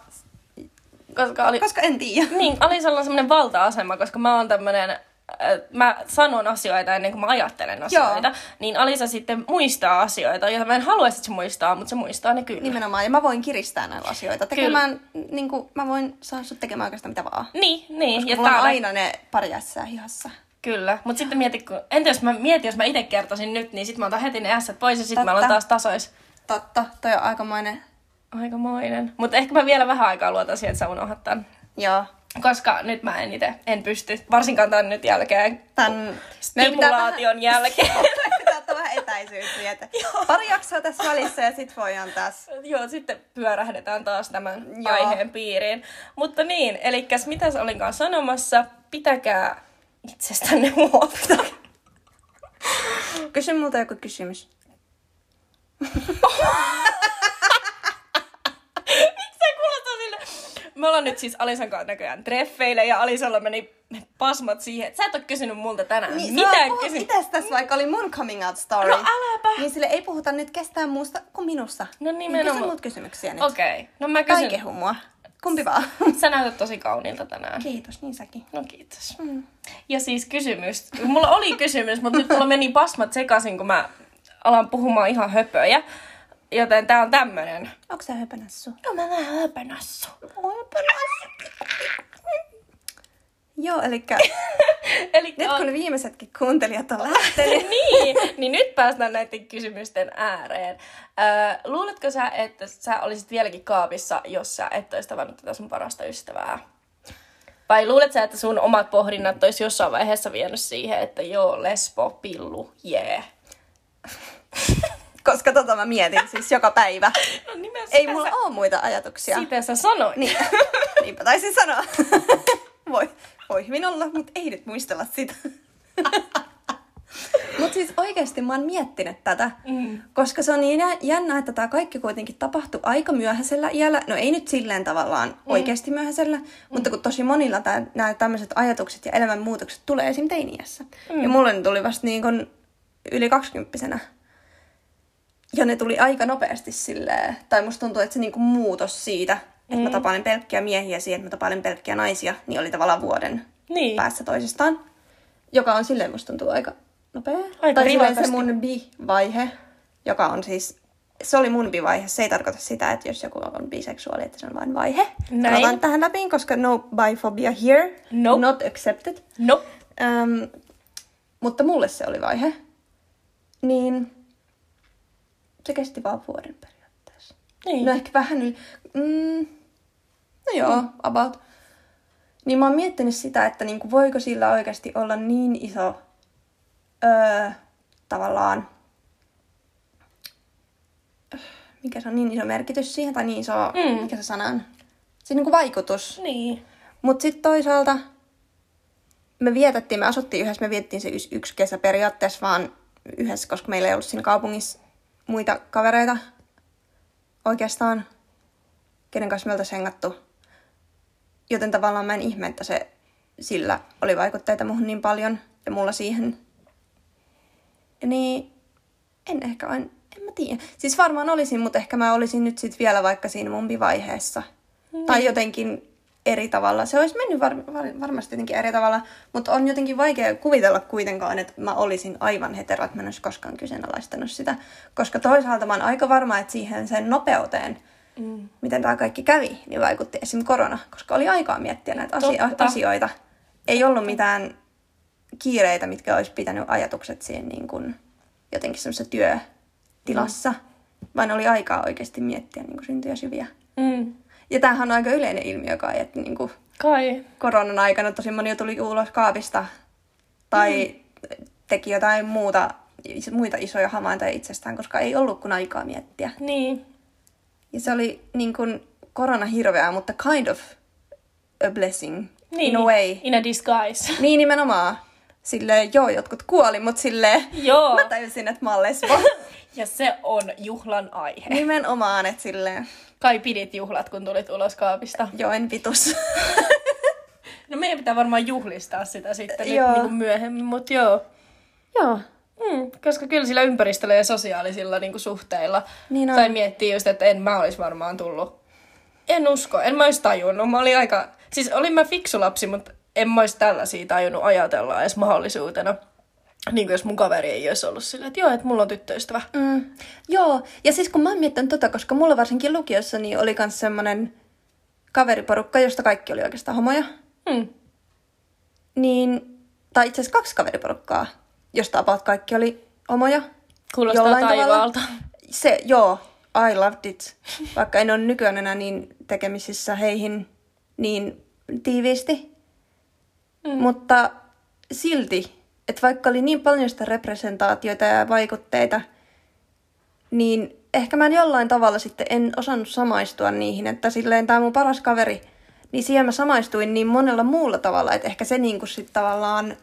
Speaker 2: en tiedä.
Speaker 1: Niin, Alisalla on semmoinen valta-asema, koska mä oon tämmönen, mä sanon asioita ennen kuin mä ajattelen asioita. Joo. Niin Alisa sitten muistaa asioita, joita mä en haluaisi, että se muistaa, mutta se muistaa ne kyllä.
Speaker 2: Nimenomaan, ja mä voin kiristää näillä asioita. Tekemään, niin kuin, mä voin saada sut tekemään oikeastaan mitä vaan.
Speaker 1: Niin.
Speaker 2: Koska ja mulla on aina ne pari ässää hihassa.
Speaker 1: Kyllä, mutta sitten entä jos mä itse kertoisin nyt, niin sit mä otan heti ne ässät pois ja sit mä olen taas tasois.
Speaker 2: Totta, toi on aikamoinen.
Speaker 1: Mutta ehkä mä vielä vähän aikaa luotan siihen, että sä unohdat tän.
Speaker 2: Joo.
Speaker 1: Koska nyt mä en pysty, varsinkaan tän nyt jälkeen, tän stimulaation jälkeen.
Speaker 2: Pitää ottaa vähän etäisyyttä. etäisyyksiä. Että pari jaksoa tässä välissä ja sit voidaan taas.
Speaker 1: Joo, sitten pyörähdetään taas tämän
Speaker 2: Joo.
Speaker 1: aiheen piiriin. Mutta niin, elikkäs mitäs olinkaan sanomassa? Pitäkää itsestänne huolta.
Speaker 2: Kysy multa joku kysymys.
Speaker 1: Me ollaan nyt siis Alisan kanssa näköjään treffeille ja Alisalla meni pasmat siihen, että sä et ole kysynyt multa tänään mitään
Speaker 2: kysymystä. Mitäs tässä vaikka oli mun coming out story?
Speaker 1: No äläpä!
Speaker 2: Niin sille ei puhuta nyt kestään muusta kuin minusta.
Speaker 1: No
Speaker 2: Niin
Speaker 1: nimenomaan.
Speaker 2: kysy mut kysymyksiä nyt.
Speaker 1: Okei. No mä
Speaker 2: Tai
Speaker 1: kysyn.
Speaker 2: kehu mua. Kumpi vaan.
Speaker 1: Sä näytät tosi kauniilta tänään.
Speaker 2: Kiitos, niin säkin.
Speaker 1: No kiitos. Ja siis kysymys. Mulla oli kysymys, mutta nyt mulla meni pasmat sekaisin, kun mä alan puhumaan ihan höpöjä. Joten tää on tämmönen.
Speaker 2: Onko sä höpönässu?
Speaker 1: No mä vähän höpönassu.
Speaker 2: Joo, elikkä
Speaker 1: Eli
Speaker 2: nyt kun viimeisetkin kuuntelijat on lähtenyt.
Speaker 1: niin nyt päästään näiden kysymysten ääreen. Luuletko sä, että sä olisit vieläkin kaapissa, jos sä et olisi tavannut tätä sun parasta ystävää? Vai luulet sä, että sun omat pohdinnat olisi jossain vaiheessa vienyt siihen, että joo, lesbo, pillu, jee?
Speaker 2: Koska mä mietin siis joka päivä.
Speaker 1: No
Speaker 2: Ei mulla ole muita ajatuksia.
Speaker 1: Sitä sä sanoit.
Speaker 2: Niin. Niinpä taisin sanoa. Voi hyvin olla, mutta ei nyt muistella sitä. Mutta siis oikeasti mä oon miettinyt tätä, koska se on niin jännä, että tämä kaikki kuitenkin tapahtui aika myöhäisellä iällä. No ei nyt silleen tavallaan oikeasti myöhäisellä, mutta kun tosi monilla nämä tämmöiset ajatukset ja elämänmuutokset tulee esim. Teini-iässä. Ja mulle ne tuli vasta niin kun yli 20-vuotiaana. Ja ne tuli aika nopeasti silleen, tai musta tuntuu, että se niinku muutos siitä, että mä tapailen pelkkiä miehiä siihen, että mä tapailen pelkkiä naisia, niin oli tavallaan vuoden päässä toisistaan. Joka on silleen musta tuntuu aika nopea.
Speaker 1: Aika
Speaker 2: tai silleen se
Speaker 1: rivakasti.
Speaker 2: mun bi-vaihe, joka on siis, se oli mun bi-vaihe. Se ei tarkoita sitä, että jos joku on biseksuaali, että se on vain vaihe.
Speaker 1: Näin.
Speaker 2: Sanotaan tähän läpi, koska no biphobia here,
Speaker 1: Nope.
Speaker 2: not accepted.
Speaker 1: No.
Speaker 2: Mutta mulle se oli vaihe. Niin se kesti vaan vuoden periaatteessa.
Speaker 1: Niin.
Speaker 2: No ehkä vähän yli. No joo, about. Niin mä oon miettinyt sitä, että niinku, voiko sillä oikeasti olla niin iso tavallaan, mikä se on, niin iso merkitys siihen, tai niin iso, mikä se sana on, siis niinku vaikutus.
Speaker 1: Niin.
Speaker 2: Mut sit toisaalta me asuttiin yhdessä, me viettiin se yksi kesä periaatteessa vaan yhdessä, koska meillä ei ollut siinä kaupungissa muita kavereita oikeastaan, kenen kanssa me oltaisiin hengattu. Joten tavallaan mä en ihme, että sillä oli vaikutteita muhun niin paljon ja mulla siihen. Niin en mä tiedä. Siis varmaan olisin, mutta ehkä mä olisin nyt sit vielä vaikka siinä mun vaiheessa. Tai jotenkin eri tavalla. Se olisi mennyt varmasti jotenkin eri tavalla, mutta on jotenkin vaikea kuvitella kuitenkaan, että mä olisin aivan hetero, että mä en olisi koskaan kyseenalaistanut sitä. Koska toisaalta mä oon aika varma, että siihen sen nopeuteen, miten tämä kaikki kävi, niin vaikutti esim. Korona, koska oli aikaa miettiä näitä asioita. Ei ollut mitään kiireitä, mitkä olisi pitänyt ajatukset siinä niin kuin jotenkin semmoisessa työtilassa, vaan oli aikaa oikeasti miettiä niin kuin syntyjä syviä. Ja tämähän on aika yleinen ilmiö kai, että niin kuin
Speaker 1: Kai.
Speaker 2: koronan aikana tosi moni tuli ulos kaapista tai teki jotain muita isoja havaintoja itsestään, koska ei ollut kun aikaa miettiä.
Speaker 1: Niin.
Speaker 2: Ja se oli niin kuin korona hirveää, mutta kind of a blessing in a way.
Speaker 1: In a disguise.
Speaker 2: Niin nimenomaan. Silleen, joo, jotkut kuoli, mutta silleen
Speaker 1: Joo.
Speaker 2: mä tajusin, että mä oon lesbo.
Speaker 1: Ja se on juhlan aihe.
Speaker 2: Nimenomaan, että silleen,
Speaker 1: Kai pidit juhlat, kun tulit ulos kaapista.
Speaker 2: joen vitus.
Speaker 1: No meidän pitää varmaan juhlistaa sitä sitten nyt
Speaker 2: Joo.
Speaker 1: niin kuin myöhemmin, mutta joo.
Speaker 2: Joo.
Speaker 1: Koska kyllä sillä ympäristöllä ja sosiaalisilla niin kuin suhteilla.
Speaker 2: Niin on.
Speaker 1: Tai miettii just, että en mä olisi varmaan tullut. En usko, en mä olisi tajunnut. Mä olin aika, siis olin mä fiksu lapsi, mutta en mä olisi tällaisia tajunnut ajatella edes mahdollisuutena. Niin kuin jos mun kaveri ei olisi ollut silleen, että joo, että mulla on tyttöystävä.
Speaker 2: Joo, ja siis kun mä oon miettinyt koska mulla varsinkin lukiossa niin oli myös semmonen kaveriporukka, josta kaikki oli oikeastaan homoja. Niin, tai itse asiassa 2 kaveriporukkaa, josta about kaikki oli homoja.
Speaker 1: Kuulostaa
Speaker 2: jollain
Speaker 1: taivaalta.
Speaker 2: tavalla. Joo, I loved it. Vaikka en ole nykyään enää niin tekemisissä heihin niin tiiviisti. Mutta silti, että vaikka oli niin paljon sitä representaatioita ja vaikutteita, niin ehkä mä jollain tavalla sitten en osannut samaistua niihin, että silleen tää mun paras kaveri, niin siihen mä samaistuin niin monella muulla tavalla, että ehkä se niinku sit tavallaan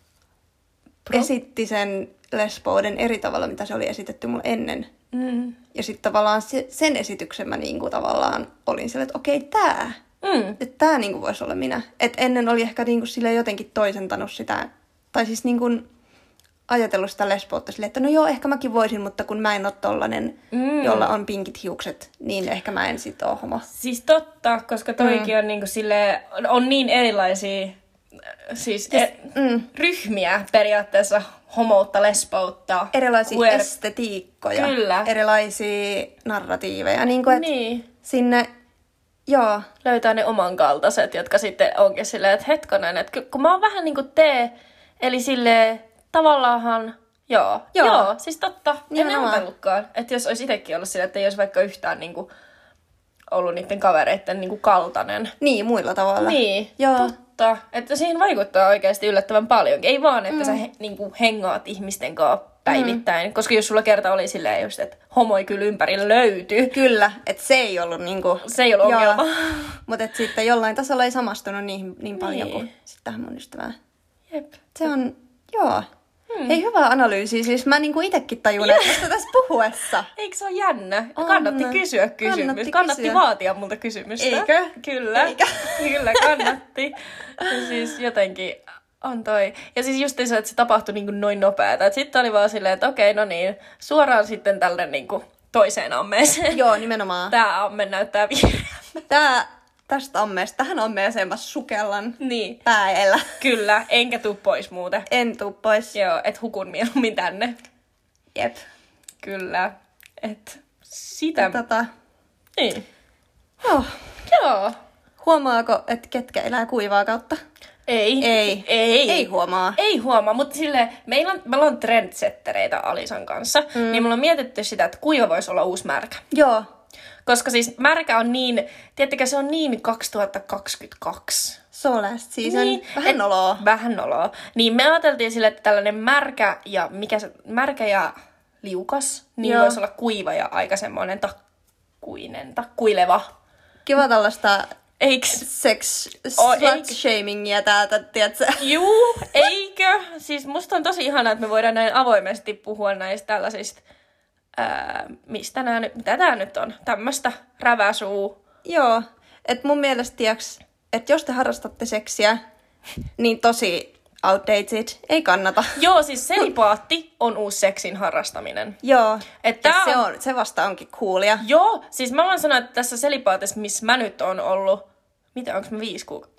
Speaker 2: esitti sen lesbouden eri tavalla, mitä se oli esitetty mulle ennen. Ja sitten tavallaan sen esityksen mä niinku tavallaan olin silleen, että okei, että tää niinku voisi olla minä. Että ennen oli ehkä niinku silleen jotenkin toisentanut sitä, tai siis niinku ajatellut sitä lesboutta silleen, että no joo, ehkä mäkin voisin, mutta kun mä en ole tollanen, jolla on pinkit hiukset, niin ehkä mä en sit oo homo.
Speaker 1: Siis totta, koska toikin on niinku silleen, on niin erilaisia siis ryhmiä periaatteessa homoutta, lesboutta.
Speaker 2: Erilaisia estetiikkoja.
Speaker 1: Kyllä.
Speaker 2: Erilaisia narratiiveja. Niin kuin,
Speaker 1: niin.
Speaker 2: Sinne, joo.
Speaker 1: Löytää ne oman kaltaiset, jotka sitten onkin silleen, että hetkonen, että kun mä oon vähän niin kuin eli silleen tavallaanhan, joo, siis totta, en ajatellutkaan. Että jos olisi itsekin ollut silleen, että ei olisi vaikka yhtään niin kuin ollut niiden kavereiden niin kuin kaltainen.
Speaker 2: Niin, muilla tavalla.
Speaker 1: Niin, joo. Totta. Että siihen vaikuttaa oikeasti yllättävän paljon. Ei vaan, että sä niinku hengaat ihmisten kanssa päivittäin. Koska jos sulla kerta oli silleen just, että homoi kyllä ympärillä löytyy.
Speaker 2: Kyllä, että se ei ollut niinku...
Speaker 1: Se ei ollut ongelma.
Speaker 2: Mutta sitten jollain tasolla ei samastunut niihin niin paljon kuin sitten tähän mun ystävään.
Speaker 1: Jep.
Speaker 2: Se on, joo. Ei hyvää analyysiä. Siis mä niinku itekin tajun, että vasta tässä puhuessa.
Speaker 1: Eikö se ole jännä? Kannatti kysyä kysymys. Kannatti vaatia multa kysymystä.
Speaker 2: Eikö?
Speaker 1: Kyllä. Kyllä, kannatti. Ja siis jotenkin on toi. Ja siis just se, että se tapahtui niinku noin nopeeta. Sitten oli vaan silleen, että okei, no niin, suoraan sitten tälle niinku toiseen ammeeseen.
Speaker 2: Joo, nimenomaan.
Speaker 1: Tää amme näyttää vihreältä.
Speaker 2: Tästä ammeesta, tähän ammeeseen mä sukellan
Speaker 1: niin.
Speaker 2: päällä.
Speaker 1: Kyllä, enkä tuu pois muuten.
Speaker 2: En tuu pois.
Speaker 1: Joo, et hukun mieluummin tänne.
Speaker 2: Jep.
Speaker 1: Kyllä, et sitä... Niin. Joo.
Speaker 2: Huomaako, että ketkä elää kuivaa kautta? Ei huomaa.
Speaker 1: Ei huomaa, mutta silleen, meillä on trendsettereitä Alisan kanssa, niin mulla on mietitty sitä, että kuiva voisi olla uusi märkä.
Speaker 2: Joo.
Speaker 1: Koska siis märkä on niin, tiedättekö, se on niin 2022.
Speaker 2: So last season. Niin, vähän noloa. Niin me ajateltiin sille, että tällainen märkä ja liukas, niin voisi olla kuiva ja aika semmoinen takkuileva. Kiva tällaista
Speaker 1: slut-shamingia
Speaker 2: täältä, tiedätkö?
Speaker 1: Juu, eikö? Siis musta on tosi ihanaa, että me voidaan näin avoimesti puhua näistä tällaisista mitä tää nyt on? Tämmöstä räväsuu.
Speaker 2: Joo, että mun mielestä tiiäks, että jos te harrastatte seksiä, niin tosi outdated, ei kannata.
Speaker 1: Joo, siis selipaatti on uusi seksin harrastaminen.
Speaker 2: Joo,
Speaker 1: että
Speaker 2: se vasta onkin coolia.
Speaker 1: Joo, siis mä voin sanoa, että tässä selipaatissa, missä mä nyt on ollut, onks mä 5 kuukautta?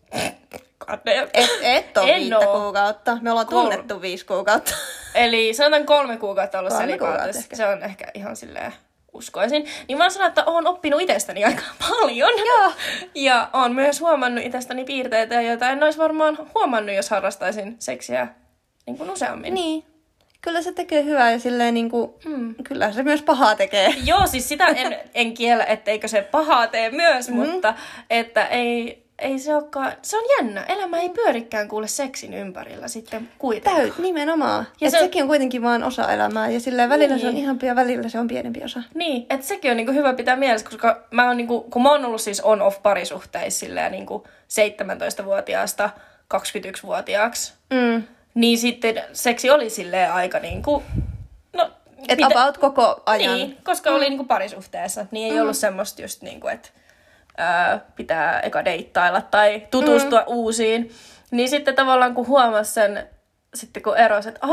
Speaker 2: Et ole 5 kuukautta. Me ollaan tunnettu 5 kuukautta.
Speaker 1: Eli sanotaan 3 kuukautta ollut selipaatissa. Se on ehkä ihan silleen uskoisin. Niin mä sanon, että oon oppinut itsestäni aika paljon.
Speaker 2: Joo.
Speaker 1: Ja oon myös huomannut itsestäni piirteitä, joita en olisi varmaan huomannut, jos harrastaisin seksiä niin kuin useammin.
Speaker 2: Niin. Kyllä se tekee hyvää ja silleen niinku, kyllä se myös pahaa tekee.
Speaker 1: Joo, siis sitä en kiellä, etteikö se pahaa tee myös, mutta että ei se olekaan, se on jännä. Elämä ei pyörikään kuule seksin ympärillä sitten kuitenkaan.
Speaker 2: Nimenomaan. Ja sekin on kuitenkin vaan osa elämää ja silleen välillä se on isompi ja välillä se on pienempi osa.
Speaker 1: Niin, että sekin on niinku hyvä pitää mielessä, koska mä oon niinku, kun mä oon ollut siis on-off parisuhteissa silleen niinku 17-vuotiaasta 21-vuotiaaksi, niin sitten seksi oli silleen aika niinku, no...
Speaker 2: Et about koko ajan.
Speaker 1: Niin, koska oli niinku parisuhteessa, niin ei ollut semmoista just niinku, että pitää eka deittailla tai tutustua uusiin. Niin sitten tavallaan kun huomasi sen, sitten kun erosi, että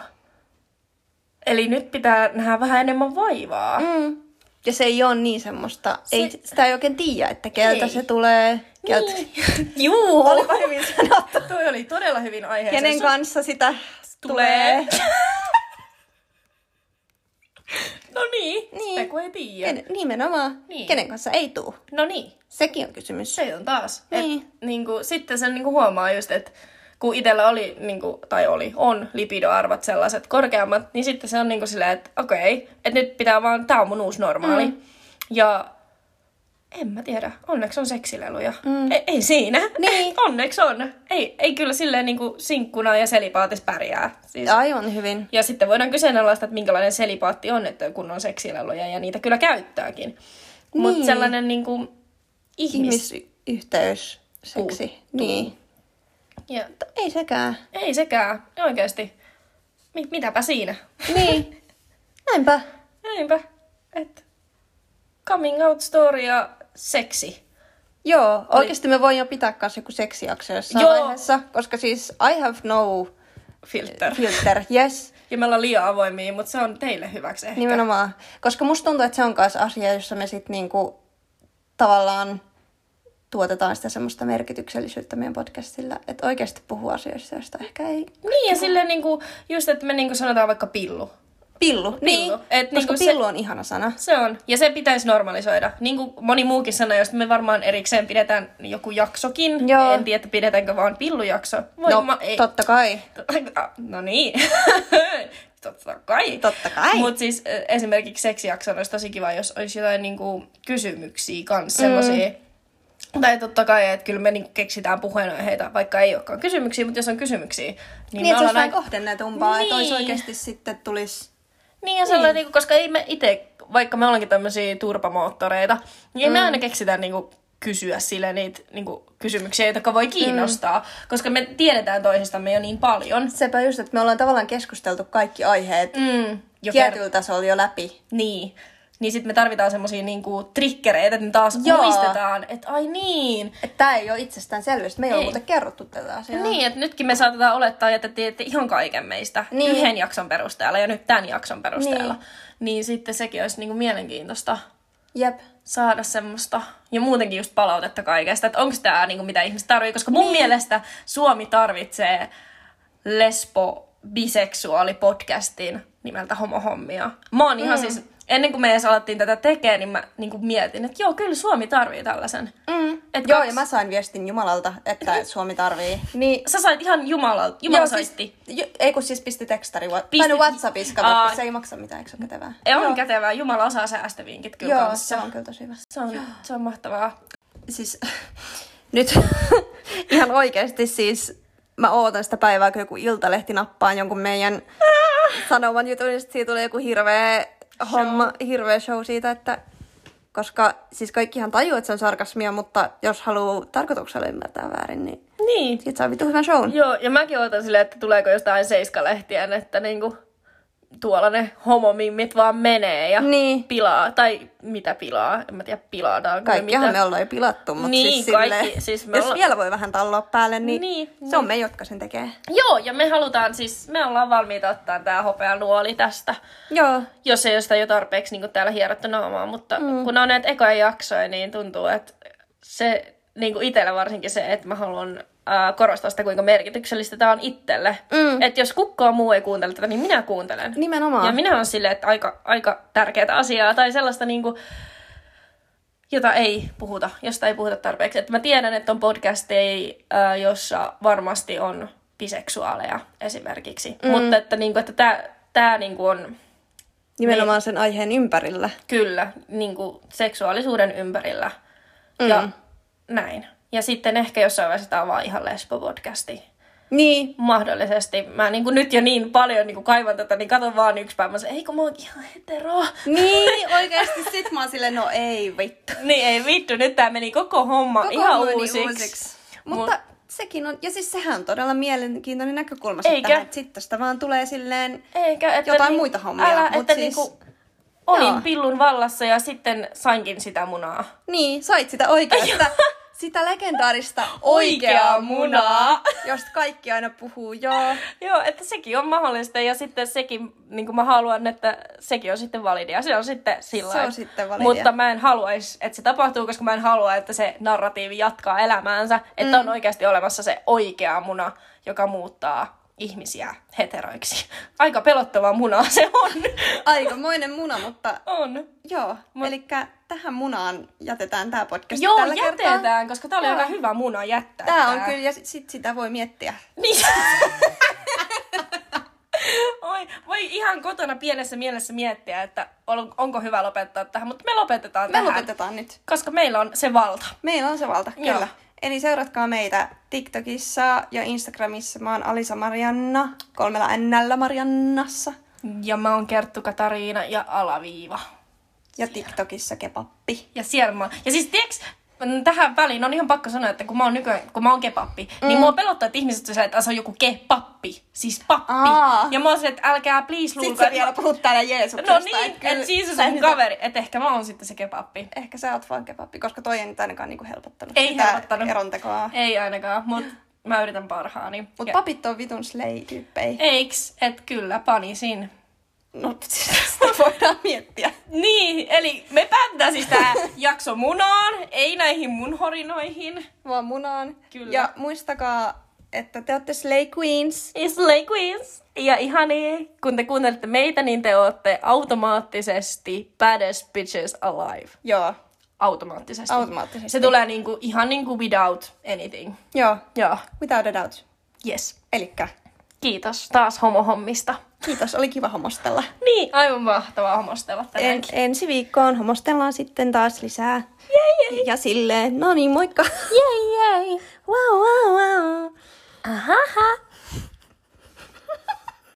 Speaker 1: eli nyt pitää nähdä vähän enemmän vaivaa.
Speaker 2: Ja se ei ole niin semmoista, sitä ei oikein tiedä, että keltä se tulee.
Speaker 1: Niin. Juu, olipa hyvin sanottu. Toi oli todella hyvin aiheeseen.
Speaker 2: Kenen kanssa sitä tulee.
Speaker 1: No niin, sitä kun ei tiedä.
Speaker 2: Nimenomaan. Niin. Kenen kanssa ei tuu.
Speaker 1: No niin.
Speaker 2: Sekin on kysymys.
Speaker 1: Se on taas.
Speaker 2: Niin.
Speaker 1: Sitten sen huomaa just, että kun itsellä oli, on lipidoarvot sellaiset korkeammat, niin sitten se on silleen, että okei, että nyt pitää vaan, tää on mun uusi normaali. Ja En mä tiedä. Onneksi on seksileluja. Ei siinä.
Speaker 2: Niin.
Speaker 1: Onneksi on. Ei kyllä silleen niinku sinkkuna ja selipaatis pärjää. Siis.
Speaker 2: Aivan hyvin.
Speaker 1: Ja sitten voidaan kyseenalaista, että minkälainen selipaatti on, että kun on seksileluja ja niitä kyllä käyttääkin. Niin. Mutta sellainen niinku
Speaker 2: ihmisyhteys, seksi. Niin.
Speaker 1: Ja
Speaker 2: ei sekään.
Speaker 1: Ei sekään. Oikeesti. Mitäpä siinä?
Speaker 2: Niin. Näinpä.
Speaker 1: Et coming out story ja seksi.
Speaker 2: Joo, oikeesti me voin jo pitää kanssa joku seksijakso jossain vaiheessa, koska siis I have no
Speaker 1: filter,
Speaker 2: yes.
Speaker 1: Ja me ollaan liian avoimia, mutta se on teille hyväksi ehkä.
Speaker 2: Nimenomaan. Koska musta tuntuu, että se on myös asia, jossa me sit niinku tavallaan tuotetaan sitä semmoista merkityksellisyyttä meidän podcastilla, että oikeasti puhuu asioista, joista ehkä ei...
Speaker 1: Niin, ja silleen niinku, just, että me niinku sanotaan vaikka pillu.
Speaker 2: Pillu. Niin,
Speaker 1: et
Speaker 2: koska
Speaker 1: niinku
Speaker 2: pillu on ihana sana.
Speaker 1: Se on, ja se pitäisi normalisoida. Niin kuin moni muukin sanoo, josta me varmaan erikseen pidetään joku jaksokin.
Speaker 2: Joo.
Speaker 1: En tiedä, että pidetäänkö vaan pillujakso.
Speaker 2: Ei. Totta kai.
Speaker 1: No niin. Totta kai. Mutta siis esimerkiksi seksijakson olisi tosi kiva, jos olisi jotain niinku kysymyksiä kanssa semmosia. Tai totta kai, että kyllä me niinku keksitään puheenaiheita, vaikka ei olekaan kysymyksiä, mutta jos on kysymyksiä.
Speaker 2: Niin että se olisi vähän kohdennetumpaa, että olisi oikeasti sitten tulisi...
Speaker 1: Niin ja sellainen, niinku, koska ei me itse, vaikka me ollaankin tämmöisiä turpamoottoreita, niin ei me aina keksitä niinku kysyä sille niitä niinku kysymyksiä, jotka voi kiinnostaa, koska me tiedetään toisistamme jo niin paljon.
Speaker 2: Sepä just, että me ollaan tavallaan keskusteltu kaikki aiheet tietyllä tasolla jo läpi.
Speaker 1: Niin sit me tarvitaan semmosia niinku triggereitä, että me taas muistetaan, että ai niin.
Speaker 2: Että tää ei ole itsestäänselvyys, me ei ole muuten kerrottu tätä asiaa.
Speaker 1: Niin, että nytkin me saatetaan olettaa, että te tiedätte ihan kaiken meistä yhden jakson perusteella ja nyt tämän jakson perusteella. Niin sitten sekin olisi niinku mielenkiintoista.
Speaker 2: Jep.
Speaker 1: Saada semmoista, ja muutenkin just palautetta kaikesta, että onko tää niinku mitä ihmiset tarvii, koska mun mielestä Suomi tarvitsee lesbo-biseksuaali-podcastin nimeltä Homohommia. Mä oon ihan siis, ennen kuin me edes alettiin tätä tekemään, niin mä niinku mietin, että joo, kyllä Suomi tarvii tällaisen.
Speaker 2: Joo, ja mä sain viestin Jumalalta, että Suomi tarvii. Niin...
Speaker 1: Sä sait ihan Jumalalta, Jumala soitti.
Speaker 2: Ei kun siis pisti tekstari, tai WhatsAppissa, kato, se ei maksa mitään, eikö se ole kätevää?
Speaker 1: On kätevää, Jumala osaa säästövinkit kyllä kanssa.
Speaker 2: Joo, se on kyllä tosi hyvä.
Speaker 1: Se on mahtavaa.
Speaker 2: Siis nyt ihan oikeasti siis mä ootan sitä päivää, kun joku Iltalehti nappaa jonkun meidän sanoman jutun, ja siitä tulee joku hirveä homma, hirveä show siitä, että koska siis kaikkihan tajuu, että se on sarkasmia, mutta jos haluaa tarkoituksella ymmärtää väärin, niin siitä saa vitu hyvän shown.
Speaker 1: Joo, ja mäkin ootan silleen, että tuleeko jostain Seiska-lehtien, että niinku tuolla ne homomimmit vaan menee ja pilaa. Tai mitä pilaa? En mä tiedä, pilaadaanko
Speaker 2: kaikkihan me ollaan jo pilattu, mutta siis silleen, jos vielä voi vähän talloa päälle, niin se on me, jotka sen tekee.
Speaker 1: Joo, ja me halutaan siis, me ollaan valmiita ottaa tää hopeanuoli tästä.
Speaker 2: Joo.
Speaker 1: Jos ei ole sitä jo tarpeeksi niin täällä hierottu naamaa, mutta kun on näitä ekoja jaksoja, niin tuntuu, että se niin itsellä varsinkin se, että mä haluan korostaa sitä, kuinka merkityksellistä tää on itselle. Että jos kukaan muu ei kuuntele tätä, niin minä kuuntelen.
Speaker 2: Nimenomaan.
Speaker 1: Ja minä on silleen, että aika tärkeää asiaa tai sellaista niinku, jota ei puhuta, josta ei puhuta tarpeeksi. Että mä tiedän, että on podcasteja, jossa varmasti on biseksuaaleja esimerkiksi. Mutta että, niinku, että tää niinku on...
Speaker 2: Nimenomaan sen aiheen ympärillä.
Speaker 1: Kyllä, niinku seksuaalisuuden ympärillä. Ja näin. Ja sitten ehkä jossain vaiheessa tämä on vaan ihan lesbo-podcasti.
Speaker 2: Niin.
Speaker 1: Mahdollisesti. Mä niin kuin nyt jo niin paljon niin kuin kaivan tätä, niin katon vaan yksi päivä. Mä sanoin, eikö mä oon ihan hetero?
Speaker 2: Niin, oikeesti. Sit mä oon silleen, no ei vittu.
Speaker 1: Niin, ei vittu. Nyt tää meni koko homma ihan uusiksi.
Speaker 2: Mutta sekin on, ja siis sehän on todella mielenkiintoinen näkökulma tähän, että sitten tästä vaan tulee silleen jotain muita hommia.
Speaker 1: Että siis... niinku olin pillun vallassa ja sitten sainkin sitä munaa.
Speaker 2: Niin, sait sitä oikeasta. Sitä legendaarista oikeaa munaa, josta kaikki aina puhuu, joo.
Speaker 1: Joo, että sekin on mahdollista ja sitten sekin, niin kuin mä haluan, että sekin on sitten validia. Se on sitten sillä
Speaker 2: se on sitten validia.
Speaker 1: Mutta mä en haluaisi, että se tapahtuu, koska mä en halua, että se narratiivi jatkaa elämäänsä. Että on oikeasti olemassa se oikea muna, joka muuttaa ihmisiä heteroiksi. Aika pelottava muna se on.
Speaker 2: Aikamoinen muna, mutta...
Speaker 1: On.
Speaker 2: Joo, elikkä tähän munaan jätetään tää podcast
Speaker 1: tällä kertaa. Joo, jätetään, koska tää oli aika hyvä muna jättää.
Speaker 2: Tää on kyllä, ja sit sitä voi miettiä.
Speaker 1: Niin. voi ihan kotona pienessä mielessä miettiä, että onko hyvä lopettaa tähän, mutta me lopetetaan
Speaker 2: Me
Speaker 1: tähän.
Speaker 2: lopetetaan nyt.
Speaker 1: Koska meillä on se valta.
Speaker 2: Meillä on se valta,
Speaker 1: Joo.
Speaker 2: kyllä. Eli seuratkaa meitä TikTokissa ja Instagramissa. Mä oon Alisa Marianna, 3 N:llä Mariannassa.
Speaker 1: Ja mä oon Kerttu Katariina ja alaviiva.
Speaker 2: Ja TikTokissa Kepappi.
Speaker 1: Ja siellä mä oon. Ja siis tiiäks, tähän väliin on ihan pakko sanoa, että kun mä oon kepappi, niin mua pelottaa, että ihmiset sanoo, että se on joku kepappi. Siis pappi. Ja mä oon se, että älkää please luulko.
Speaker 2: Sitten sä vielä puhut täällä Jeesuksesta.
Speaker 1: No niin, että Jesus on mun kaveri. Että ehkä mä oon sitten se kepappi.
Speaker 2: Ehkä sä oot vaan Kepappi, koska toi ei nyt ainakaan niinku helpottanut.
Speaker 1: Ei
Speaker 2: sitä
Speaker 1: helpottanut.
Speaker 2: erontekoa.
Speaker 1: Ei ainakaan, mut mä yritän parhaani.
Speaker 2: Mut
Speaker 1: Ja-
Speaker 2: papit on vitun slay-tyyppejä.
Speaker 1: Eiks? Et kyllä, panisin.
Speaker 2: No, sitä voidaan miettiä.
Speaker 1: Niin, eli me päätetään siis tää jakso munaan, ei näihin mun horinoihin.
Speaker 2: Vaan munaan.
Speaker 1: Kyllä.
Speaker 2: Ja muistakaa, että te olette slay queens.
Speaker 1: Slay Queens. Ja ihani, kun te kuuntelette meitä, niin te ootte automaattisesti baddest bitches alive.
Speaker 2: Joo.
Speaker 1: Automaattisesti.
Speaker 2: Automaattisesti.
Speaker 1: Se tulee niinku, ihan niinku without anything.
Speaker 2: Joo.
Speaker 1: Joo.
Speaker 2: Without a doubt.
Speaker 1: Yes.
Speaker 2: Elikkä
Speaker 1: Kiitos taas homohommista.
Speaker 2: kiitos, oli kiva homostella.
Speaker 1: Niin, aivan mahtavaa homostella tänäänkin.
Speaker 2: Ensi viikkoon homostellaan sitten taas lisää. Ja silleen, no niin, moikka.
Speaker 1: Jei, jei.
Speaker 2: Wow, wow, wow.
Speaker 1: Ahaha.